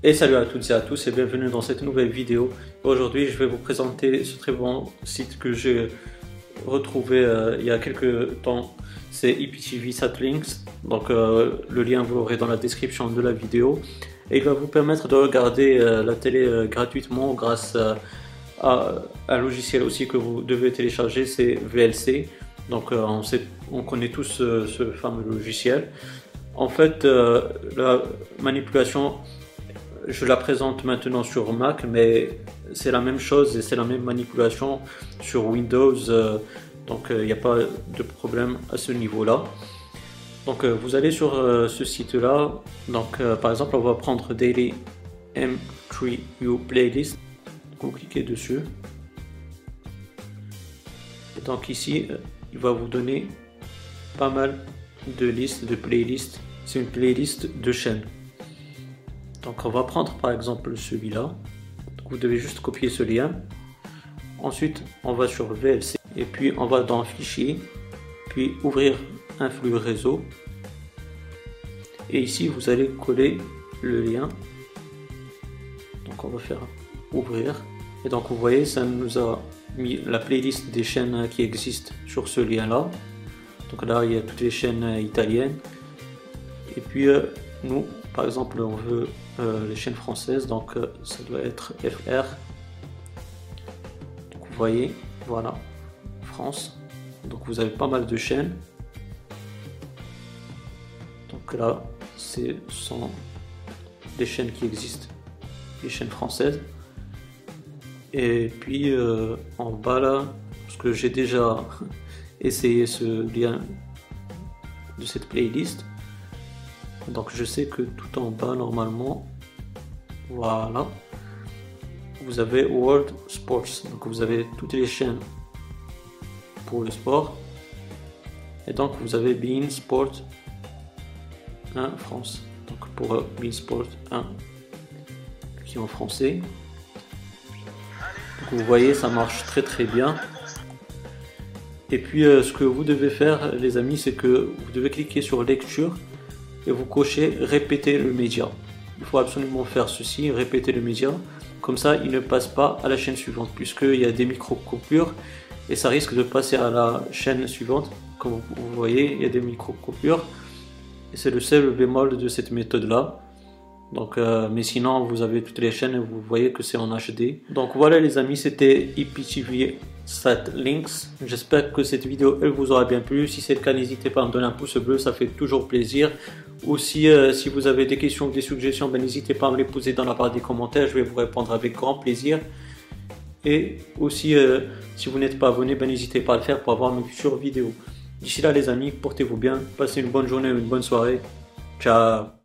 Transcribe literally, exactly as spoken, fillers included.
Et salut à toutes et à tous et bienvenue dans cette nouvelle vidéo. Aujourd'hui je vais vous présenter ce très bon site que j'ai retrouvé euh, il y a quelques temps. C'est I P T V Satlinks, donc euh, le lien vous l'aurez dans la description de la vidéo. Et il va vous permettre de regarder euh, la télé euh, gratuitement grâce euh, à un logiciel aussi que vous devez télécharger, c'est V L C. Donc euh, on, sait, on connaît tous euh, ce fameux logiciel. En fait euh, la manipulation, je la présente maintenant sur Mac, mais c'est la même chose et c'est la même manipulation sur Windows, euh, donc il euh, n'y a pas de problème à ce niveau-là. Donc euh, vous allez sur euh, ce site-là, donc euh, par exemple on va prendre Daily M trois U Playlist, vous cliquez dessus, et donc ici euh, il va vous donner pas mal de listes, de playlists, c'est une playlist de chaînes. Donc on va prendre par exemple celui-là, vous devez juste copier ce lien, ensuite on va sur V L C et puis on va dans Fichier, puis ouvrir un flux réseau et ici vous allez coller le lien, donc on va faire ouvrir et donc vous voyez ça nous a mis la playlist des chaînes qui existent sur ce lien là. Donc là il y a toutes les chaînes italiennes et puis euh, nous par exemple on veut euh, les chaînes françaises, donc euh, ça doit être F R. Donc, vous voyez, voilà, France. Donc vous avez pas mal de chaînes. Donc là, ce sont des chaînes qui existent, les chaînes françaises. Et puis euh, en bas là, parce que j'ai déjà essayé ce lien de cette playlist. Donc je sais que tout en bas normalement, voilà, vous avez World Sports, donc vous avez toutes les chaînes pour le sport, et donc vous avez beIN Sport un France, donc pour euh, beIN Sport un qui est en français. Donc vous voyez ça marche très très bien. Et puis euh, ce que vous devez faire les amis, c'est que vous devez cliquer sur lecture et vous cochez répéter le média. Il faut absolument faire ceci, répéter le média, comme ça il ne passe pas à la chaîne suivante, puisqu'il y a des micro-coupures et ça risque de passer à la chaîne suivante. Comme vous voyez, il y a des micro-coupures et c'est le seul bémol de cette méthode là. Donc, euh, mais sinon vous avez toutes les chaînes et vous voyez que c'est en H D. Donc voilà les amis, c'était I P T V Satlinks. J'espère que cette vidéo elle vous aura bien plu. Si c'est le cas, n'hésitez pas à me donner un pouce bleu, ça fait toujours plaisir. Aussi euh, si vous avez des questions ou des suggestions, ben, n'hésitez pas à me les poser dans la barre des commentaires, je vais vous répondre avec grand plaisir. Et aussi euh, si vous n'êtes pas abonné, ben, n'hésitez pas à le faire pour avoir mes futures vidéos. D'ici là les amis, portez-vous bien, passez une bonne journée ou une bonne soirée. Ciao.